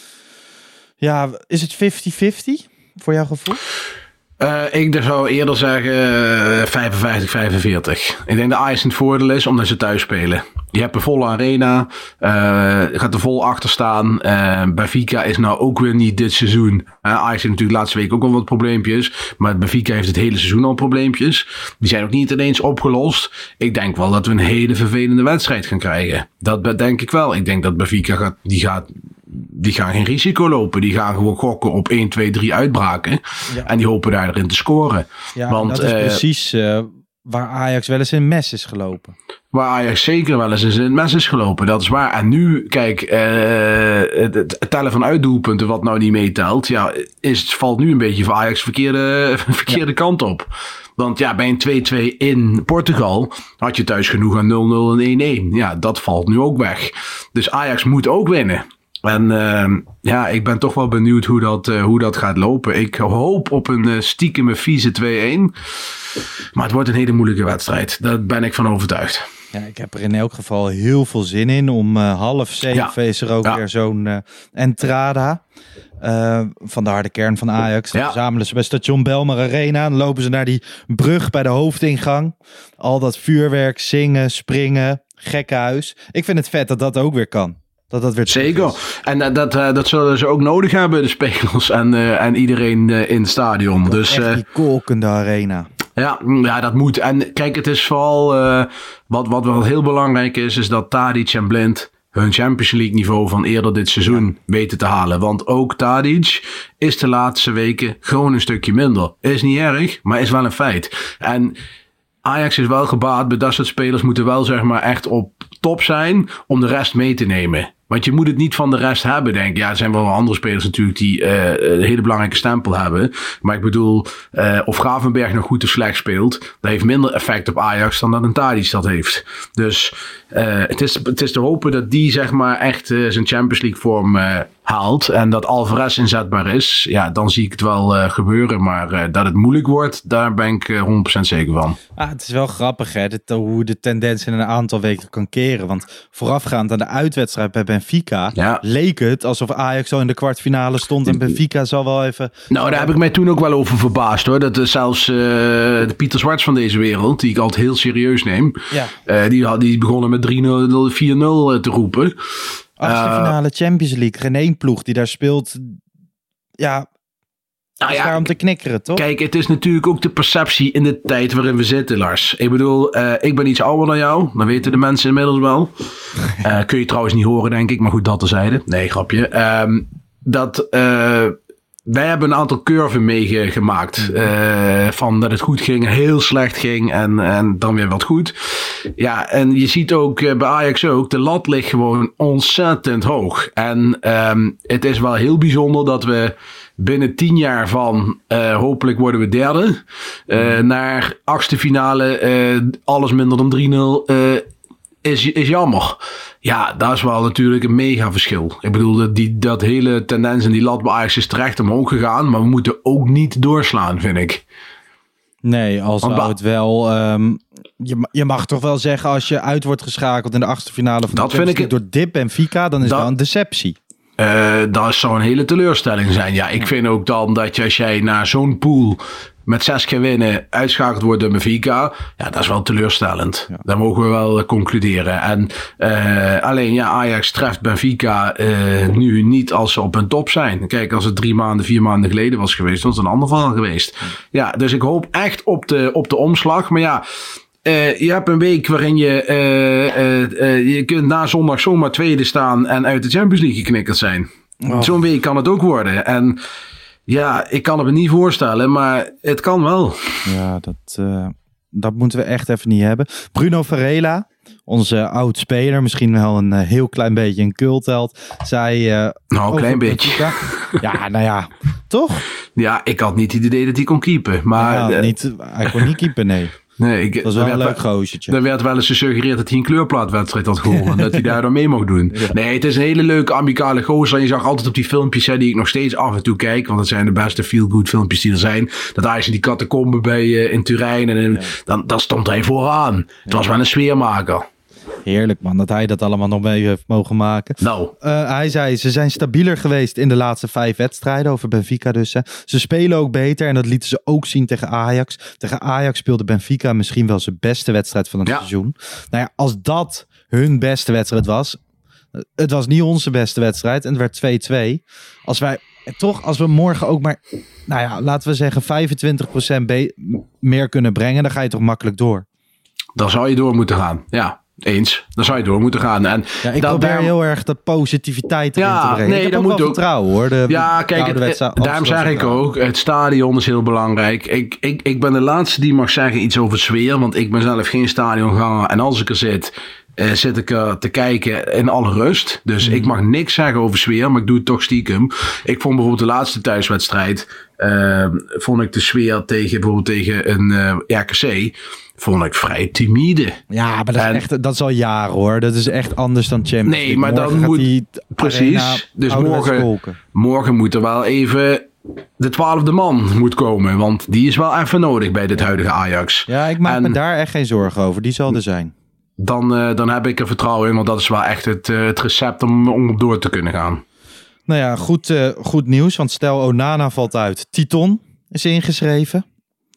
Ja, is het vijftig vijftig voor jouw gevoel? Uh, ik zou eerder zeggen uh, vijfenvijftig vijfenveertig. Ik denk dat Ajax in het voordeel is omdat ze thuis spelen. Je hebt een volle arena. Uh, je gaat er vol achter staan. Uh, Benfica is nou ook weer niet dit seizoen. Uh, Ajax heeft natuurlijk laatste week ook wel wat probleempjes. Maar Benfica heeft het hele seizoen al probleempjes. Die zijn ook niet ineens opgelost. Ik denk wel dat we een hele vervelende wedstrijd gaan krijgen. Dat denk ik wel. Ik denk dat Benfica gaat, die gaat... Die gaan geen risico lopen. Die gaan gewoon gokken op één, twee, drie uitbraken. Ja. En die hopen daarin te scoren. Ja, Want, dat is uh, precies uh, waar Ajax wel eens in mes is gelopen. Waar Ajax zeker wel eens in het mes is gelopen, dat is waar. En nu, kijk, uh, het, het tellen van uitdoelpunten wat nou niet meetelt, ja, is, het valt nu een beetje voor Ajax verkeerde, verkeerde ja. kant op. Want ja, bij een twee-twee in Portugal had je thuis genoeg aan nul nul en één-één. Ja, dat valt nu ook weg. Dus Ajax moet ook winnen. En uh, ja, ik ben toch wel benieuwd hoe dat, uh, hoe dat gaat lopen. Ik hoop op een uh, stiekeme vieze twee-één. Maar het wordt een hele moeilijke wedstrijd. Daar ben ik van overtuigd. Ja, ik heb er in elk geval heel veel zin in. Om uh, half zeven ja. is er ook ja. weer zo'n uh, entrada. Uh, van de harde kern van Ajax. Dan ja. verzamelen ze bij station Belmar Arena. Dan lopen ze naar die brug bij de hoofdingang. Al dat vuurwerk, zingen, springen, gekkenhuis. Ik vind het vet dat dat ook weer kan. Dat dat weer Zeker. Is. En uh, dat, uh, dat zullen ze ook nodig hebben, de spelers en, uh, en iedereen uh, in het stadion. Dat dus, echt die kolkende arena. Ja, ja, dat moet. En kijk, het is vooral uh, wat, wat wel heel belangrijk is, is dat Tadic en Blind hun Champions League niveau van eerder dit seizoen ja. weten te halen. Want ook Tadic is de laatste weken gewoon een stukje minder. Is niet erg, maar is wel een feit. En Ajax is wel gebaat bij dat soort spelers moeten wel zeg maar echt op top zijn om de rest mee te nemen. Want je moet het niet van de rest hebben, denk ik. Ja, er zijn wel andere spelers natuurlijk die uh, een hele belangrijke stempel hebben. Maar ik bedoel, uh, of Gravenberg nog goed of slecht speelt, dat heeft minder effect op Ajax dan dat een Tadic dat heeft. Dus uh, het, is, het is te hopen dat die zeg maar echt uh, zijn Champions League vorm uh, haalt. En dat Alvarez inzetbaar is. Ja, dan zie ik het wel uh, gebeuren. Maar uh, dat het moeilijk wordt, daar ben ik uh, honderd procent zeker van. Ah, het is wel grappig hè, dit, hoe de tendens in een aantal weken kan keren. Want voorafgaand aan de uitwedstrijd bij Benfica ja. leek het alsof Ajax al in de kwartfinale stond. En Benfica zal wel even... Nou, daar heb ik mij toen ook wel over verbaasd hoor. Dat uh, zelfs uh, de Pieter Zwarts van deze wereld, die ik altijd heel serieus neem. Ja. Uh, die, die begonnen met drie nul, vier nul te roepen. Achtste uh, finale Champions League. Geen één ploeg die daar speelt. Ja... Nou is ja, daar om te knikkeren, toch? Kijk, het is natuurlijk ook de perceptie in de tijd waarin we zitten, Lars. Ik bedoel, uh, ik ben iets ouder dan jou. Dat weten de mensen inmiddels wel. Uh, kun je trouwens niet horen, denk ik. Maar goed, dat terzijde. Nee, grapje. Um, dat... Uh, Wij hebben een aantal curven meegemaakt. Uh, van dat het goed ging, heel slecht ging en, en dan weer wat goed. Ja, en je ziet ook uh, bij Ajax ook, de lat ligt gewoon ontzettend hoog. En um, het is wel heel bijzonder dat we binnen tien jaar van uh, hopelijk worden we derde. Uh, naar achtste finale, uh, alles minder dan drie nul uh, is, is jammer. Ja, dat is wel natuurlijk een mega verschil. Ik bedoel, dat, die, dat hele tendens en die lat bij Ajax is terecht omhoog gegaan. Maar we moeten ook niet doorslaan, vind ik. Nee, als zou het wel... Um, je, je mag toch wel zeggen, als je uit wordt geschakeld in de achtste finale van de Champions League door Dip Benfica, dan is dat wel een deceptie. Uh, dat zou een hele teleurstelling zijn. Ja, ik ja. vind ook dan dat je, als jij naar zo'n pool met zes keer winnen uitschakeld wordt door Benfica, ja, dat is wel teleurstellend. Ja. Dat mogen we wel uh, concluderen. En uh, alleen, ja, Ajax treft Benfica uh, nu niet als ze op hun top zijn. Kijk, als het drie maanden, vier maanden geleden was geweest, was het een ander verhaal geweest. Ja, dus ik hoop echt op de, op de omslag. Maar ja, Uh, je hebt een week waarin je, uh, uh, uh, je kunt na zondag zomaar tweede staan en uit de Champions League geknikkerd zijn. Oh. Zo'n week kan het ook worden. En ja, ik kan het me niet voorstellen, maar het kan wel. Ja, dat, uh, dat moeten we echt even niet hebben. Bruno Varela, onze oud-speler, misschien wel een uh, heel klein beetje een cultheld, zei... Uh, nou, een klein beetje. Ja, nou ja, toch? Ja, ik had niet het idee dat hij kon keepen. Maar, ja, uh, niet, hij kon niet keepen, nee. Nee, ik, dat was wel een leuk gozer. Er werd wel eens gesuggereerd dat hij een kleurplaatwedstrijd had gewonnen. En dat hij daar dan mee mocht doen. Ja. Nee, het is een hele leuke, amicale gozer. En je zag altijd op die filmpjes, hè, die ik nog steeds af en toe kijk. Want dat zijn de beste feel-good filmpjes die er zijn. Dat hij in die catacombe bij uh, in Turijn. En in, ja. dan, dan stond hij vooraan. Het ja. was wel een sfeermaker. Heerlijk man, dat hij dat allemaal nog mee heeft mogen maken. Nou. Uh, hij zei, ze zijn stabieler geweest in de laatste vijf wedstrijden. Over Benfica dus. Hè. Ze spelen ook beter en dat lieten ze ook zien tegen Ajax. Tegen Ajax speelde Benfica misschien wel zijn beste wedstrijd van het ja. seizoen. Nou ja, als dat hun beste wedstrijd was. Het was niet onze beste wedstrijd en het werd twee-twee. Als wij, toch, als we morgen ook maar, nou ja, laten we zeggen vijfentwintig procent be- meer kunnen brengen. Dan ga je toch makkelijk door. Dan zou je door moeten gaan, ja. Eens. Dan zou je door moeten gaan. En ja, ik dat, probeer daarom, heel erg de positiviteit erin ja, te brengen. Nee, ik heb dat ook moet wel ook vertrouwen hoor. De, ja, kijk, het, het, daarom zeg ik ook, het stadion is heel belangrijk. Ik, ik, ik ben de laatste die mag zeggen iets over sfeer, want ik ben zelf geen stadionganger. En als ik er zit, uh, zit ik er te kijken in alle rust. Dus mm. ik mag niks zeggen over sfeer, maar ik doe het toch stiekem. Ik vond bijvoorbeeld de laatste thuiswedstrijd, uh, vond ik de sfeer tegen bijvoorbeeld tegen een uh, R K C... vond ik vrij timide. Ja, maar dat is, en, echt, dat is al jaren hoor. Dat is echt anders dan Champions League. Nee, maar morgen dan moet... Precies. Dus morgen, morgen moet er wel even de twaalfde man moet komen. Want die is wel even nodig bij dit huidige Ajax. Ja, ik maak en, me daar echt geen zorgen over. Die zal er zijn. Dan, uh, dan heb ik er vertrouwen in. Want dat is wel echt het, uh, het recept om, om op door te kunnen gaan. Nou ja, goed, uh, goed nieuws. Want stel Onana valt uit. Titon is ingeschreven.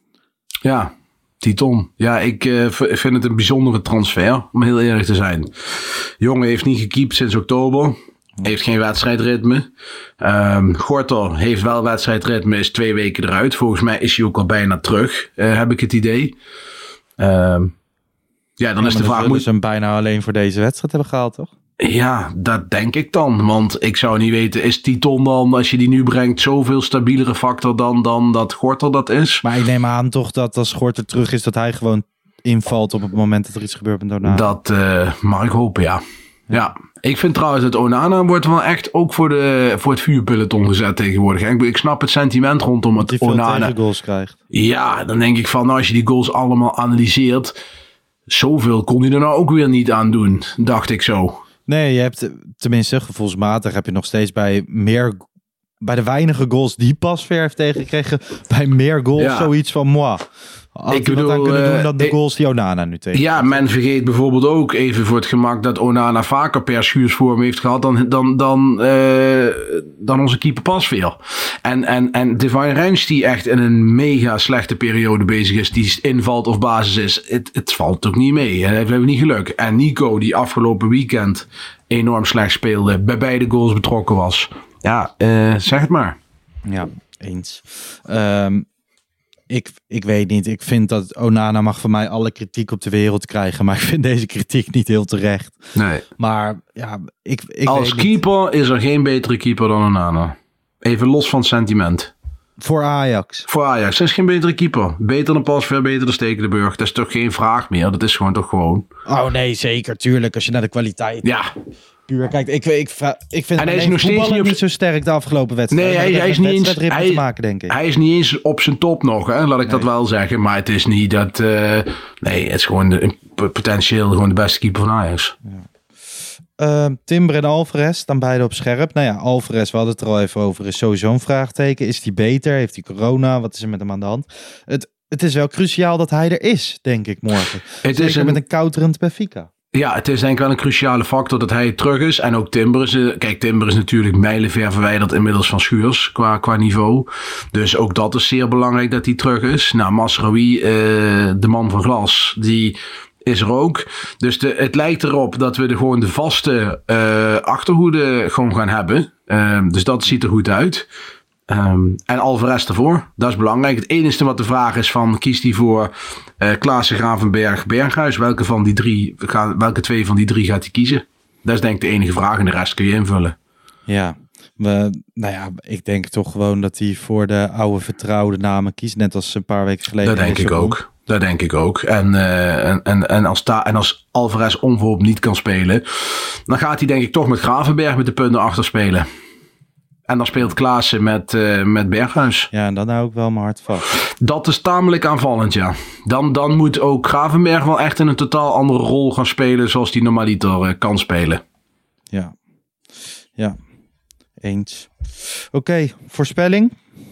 Ja. Titon. Ja, ik uh, vind het een bijzondere transfer, om heel eerlijk te zijn. Jongen heeft niet gekiept sinds oktober. Heeft geen wedstrijdritme. Um, Gorter heeft wel wedstrijdritme, is twee weken eruit. Volgens mij is hij ook al bijna terug, uh, heb ik het idee. Um, ja, dan ja, is de vraag... Moet ze hem bijna alleen voor deze wedstrijd hebben gehaald, toch? Ja, dat denk ik dan. Want ik zou niet weten, is Titon dan, als je die nu brengt, zoveel stabielere factor dan, dan dat Gorter dat is? Maar ik neem aan toch dat als Gorter terug is, dat hij gewoon invalt op het moment dat er iets gebeurt met Onana. Dat uh, mag ik hopen, ja. Ja, ik vind trouwens dat Onana wordt wel echt ook voor, de, voor het vuurpeloton gezet tegenwoordig. Ik, ik snap het sentiment rondom het Onana. Dat hij veel goals krijgt. Ja, dan denk ik van, nou, als je die goals allemaal analyseert, zoveel kon hij er nou ook weer niet aan doen, dacht ik zo. Nee, je hebt tenminste gevoelsmatig heb je nog steeds bij meer, bij de weinige goals die Pasveer heeft tegengekregen, bij meer goals ja. zoiets van moi. Had ik bedoel, wat aan kunnen doen dan de goals die Onana nu tegen. Ja, men vergeet bijvoorbeeld ook even voor het gemak dat Onana vaker per schuursvorm heeft gehad dan, dan, dan, uh, dan onze keeper Pasveer. En, en, en Divine Range die echt in een mega slechte periode bezig is, die invalt of basis is, het, het valt ook niet mee. Hij heeft niet geluk. En Nico die afgelopen weekend enorm slecht speelde, bij beide goals betrokken was. Ja, uh, zeg het maar. Ja, eens. Um, Ik, ik weet niet. Ik vind dat Onana mag van mij alle kritiek op de wereld krijgen. Maar ik vind deze kritiek niet heel terecht. Nee. Maar ja, ik, ik als weet keeper niet. Is er geen betere keeper dan Onana. Even los van het sentiment. Voor Ajax. Voor Ajax. Er is geen betere keeper. Beter dan Pasveer, beter dan Stekelenburg. Dat is toch geen vraag meer. Dat is gewoon toch gewoon. Oh nee, zeker. Tuurlijk. Als je naar de kwaliteit... Ja. Puur. Kijk, ik, ik, ik vind en hij is nog steeds niet, op... niet zo sterk de afgelopen wedstrijd. Nee, hij, hij is niet eens. Hij, te maken, denk ik. hij is niet eens op zijn top nog, hè? Laat ik nee. dat wel zeggen. Maar het is niet dat. Uh, nee, het is gewoon de, potentieel gewoon de beste keeper van Ajax. Ja. Uh, Timber en Alvarez staan beide op scherp. Nou ja, Alvarez, we hadden het er al even over, is sowieso een vraagteken. Is hij beter? Heeft hij corona? Wat is er met hem aan de hand? Het, het is wel cruciaal dat hij er is, denk ik, morgen. Het Zeker is een... met een kouterend Benfica. Ja, het is denk ik wel een cruciale factor dat hij terug is. En ook Timber is... Kijk, Timber is natuurlijk mijlenver verwijderd inmiddels van Schuurs qua, qua niveau. Dus ook dat is zeer belangrijk dat hij terug is. Nou, Masraoui, uh, de man van glas, die is er ook. Dus de, het lijkt erop dat we de, gewoon de vaste uh, achterhoede gewoon gaan hebben. Uh, dus dat ziet er goed uit. Um, en Alvarez ervoor, dat is belangrijk. Het enige wat de vraag is van, kiest hij voor uh, Klaassen, Gravenberg, Berghuis? Welke, van die drie, welke twee van die drie gaat hij kiezen? Dat is denk ik de enige vraag en de rest kun je invullen. Ja, we, nou ja, ik denk toch gewoon dat hij voor de oude vertrouwde namen kiest. Net als een paar weken geleden. Dat denk ik ook. Dat denk ik ook. En, uh, en, en, en, als ta- en als Alvarez onverhoopt niet kan spelen, dan gaat hij denk ik toch met Gravenberg met de punten achter spelen. En dan speelt Klaassen met, uh, met Berghuis. Ja, en dan hou ik wel mijn hart vast. Dat is tamelijk aanvallend, ja. Dan, dan moet ook Gravenberg wel echt in een totaal andere rol gaan spelen, zoals hij normaliter uh, kan spelen. Ja, ja, eens. Oké, okay, voorspelling?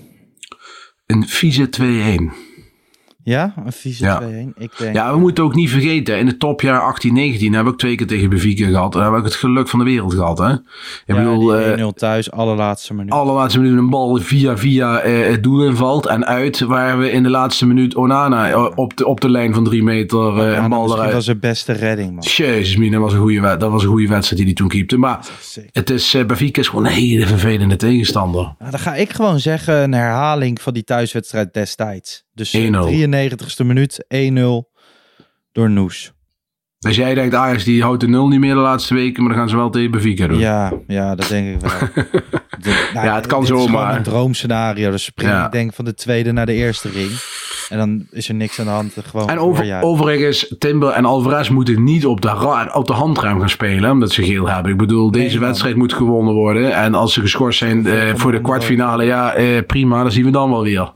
Een vieze twee-een. Ja, een vieze ja. twee-een. Ik denk... Ja, we moeten ook niet vergeten. In het topjaar achttien negentien hebben we ook twee keer tegen Benfica gehad. En hebben we het geluk van de wereld gehad. Hè? Ik ja, bedoel, die één nul thuis, allerlaatste minuut. Allerlaatste minuut een bal via via uh, het doel invalt. En uit waar we in de laatste minuut Onana op de, op de lijn van drie meter uh, ja, een bal eruit. Dat was zijn beste redding, man. Jezus, dat was een goede, dat was een goede wedstrijd die hij toen keepte. Maar het is, uh, Benfica is gewoon een hele vervelende tegenstander. Nou, dan ga ik gewoon zeggen een herhaling van die thuiswedstrijd destijds. Dus drieënnegentigste minuut, één nul door Noes. Dus jij denkt, Ajax die houdt de nul niet meer de laatste weken, maar dan gaan ze wel tegen Benfica doen. Ja, ja, dat denk ik wel. de, nou, ja, het kan dit zomaar. is gewoon een droomscenario. Dus spring Ja. ik denk van de tweede naar de eerste ring. En dan is er niks aan de hand. Gewoon En over, ja. overigens, Timber en Alvarez moeten niet op de, ra- op de handrem gaan spelen, omdat ze geel hebben. Ik bedoel, deze Nee, man. wedstrijd moet gewonnen worden. En als ze geschorst zijn uh, voor de kwartfinale, ja, uh, prima, dan zien we dan wel weer.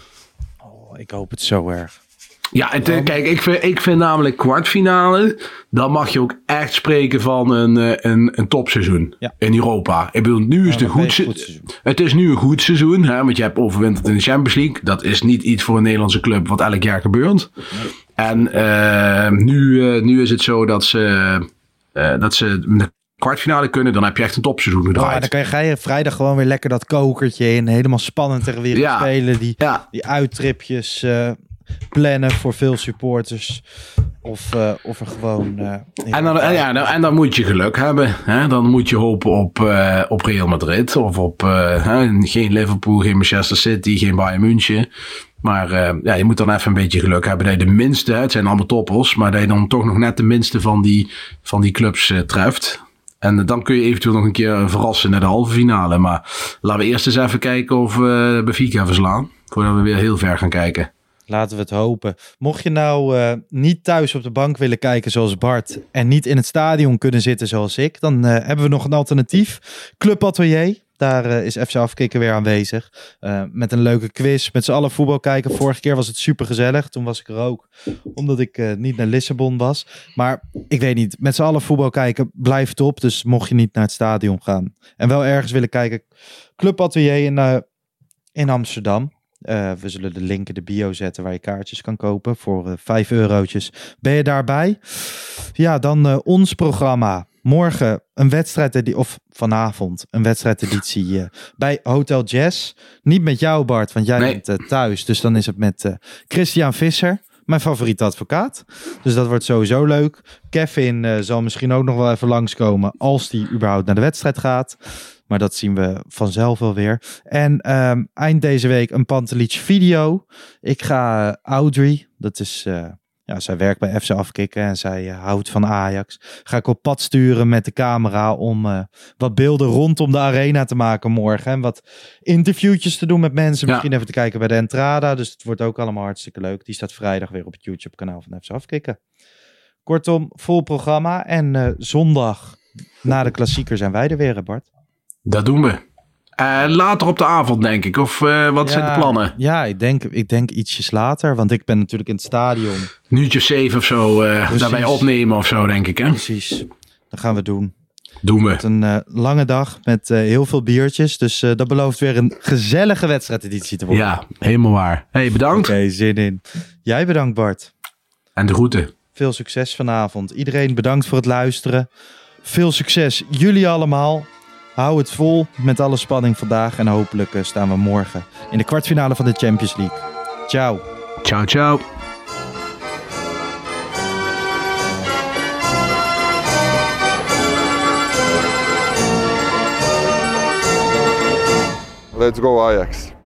Oh, ik hoop het zo erg. Ja, en te, kijk, ik vind, ik vind namelijk kwartfinale, dan mag je ook echt spreken van een, een, een topseizoen Ja. in Europa. Ik bedoel, nu is Ja, het een goed, goed se- seizoen. het is nu een goed seizoen, hè, want je hebt overwinterd in de Champions League. Dat is niet iets voor een Nederlandse club wat elk jaar gebeurt. Nee. En uh, nu, uh, nu is het zo dat ze, uh, dat ze de kwartfinale kunnen, dan heb je echt een topseizoen gedraaid. Ja, dan kan je, ga je vrijdag gewoon weer lekker dat kokertje in. Helemaal spannend tegen wie Ja. spelen. Die, Ja. die uittripjes uh, plannen voor veel supporters. Of, uh, of er gewoon... Uh, en, dan, en, ja, dan, en dan moet je geluk hebben. Hè? Dan moet je hopen op, uh, op Real Madrid. Of op uh, hè? geen Liverpool, geen Manchester City, geen Bayern München. Maar uh, ja, je moet dan even een beetje geluk hebben dat je de minste, het zijn allemaal toppers, maar dat je dan toch nog net de minste van die, van die clubs uh, treft. En dan kun je eventueel nog een keer verrassen naar de halve finale. Maar laten we eerst eens even kijken of we Benfica verslaan. Voordat we weer heel ver gaan kijken. Laten we het hopen. Mocht je nou uh, niet thuis op de bank willen kijken zoals Bart en niet in het stadion kunnen zitten zoals ik, dan uh, hebben we nog een alternatief. Club Atelier. Daar uh, is F C Afkikken weer aanwezig. Uh, met een leuke quiz. Met z'n allen voetbal kijken. Vorige keer was het super gezellig. Toen was ik er ook. Omdat ik uh, niet naar Lissabon was. Maar ik weet niet. Met z'n allen voetbal kijken blijft top. Dus mocht je niet naar het stadion gaan. En wel ergens willen kijken. Club Atelier in, uh, in Amsterdam. Uh, we zullen de link in de bio zetten waar je kaartjes kan kopen. Voor uh, vijf eurotjes. Ben je daarbij? Ja, dan uh, ons programma. Morgen een wedstrijd, of vanavond een wedstrijdeditie uh, bij Hotel Jazz. Niet met jou Bart, want jij nee. bent uh, thuis. Dus dan is het met uh, Christian Visser, mijn favoriete advocaat. Dus dat wordt sowieso leuk. Kevin uh, zal misschien ook nog wel even langskomen als die überhaupt naar de wedstrijd gaat. Maar dat zien we vanzelf wel weer. En um, eind deze week een Pantelic video. Ik ga uh, Audrey, dat is... Uh, Ja, zij werkt bij F C Afkikken en zij uh, houdt van Ajax. Ga ik op pad sturen met de camera om uh, wat beelden rondom de arena te maken morgen. En wat interviewtjes te doen met mensen. Ja. Misschien even te kijken bij de Entrada. Dus het wordt ook allemaal hartstikke leuk. Die staat vrijdag weer op het YouTube kanaal van F C Afkikken. Kortom, vol programma. En uh, zondag na de klassieker zijn wij er weer, hè Bart? Dat doen we. Uh, later op de avond, denk ik. Of uh, wat ja, zijn de plannen? Ja, ik denk, ik denk ietsjes later. Want ik ben natuurlijk in het stadion. Een uurtje of zeven of zo. Uh, daarbij opnemen of zo, denk ik. Hè? Precies. Dat gaan we doen. Doen we. Het een uh, lange dag met uh, heel veel biertjes. Dus uh, dat belooft weer een gezellige wedstrijdeditie te worden. Ja, helemaal waar. Hey, bedankt. Oké, okay, zin in. Jij bedankt, Bart. En de groeten. Veel succes vanavond. Iedereen bedankt voor het luisteren. Veel succes. Jullie allemaal. Hou het vol met alle spanning vandaag. En hopelijk uh, staan we morgen in de kwartfinale van de Champions League. Ciao. Ciao, ciao. Let's go Ajax.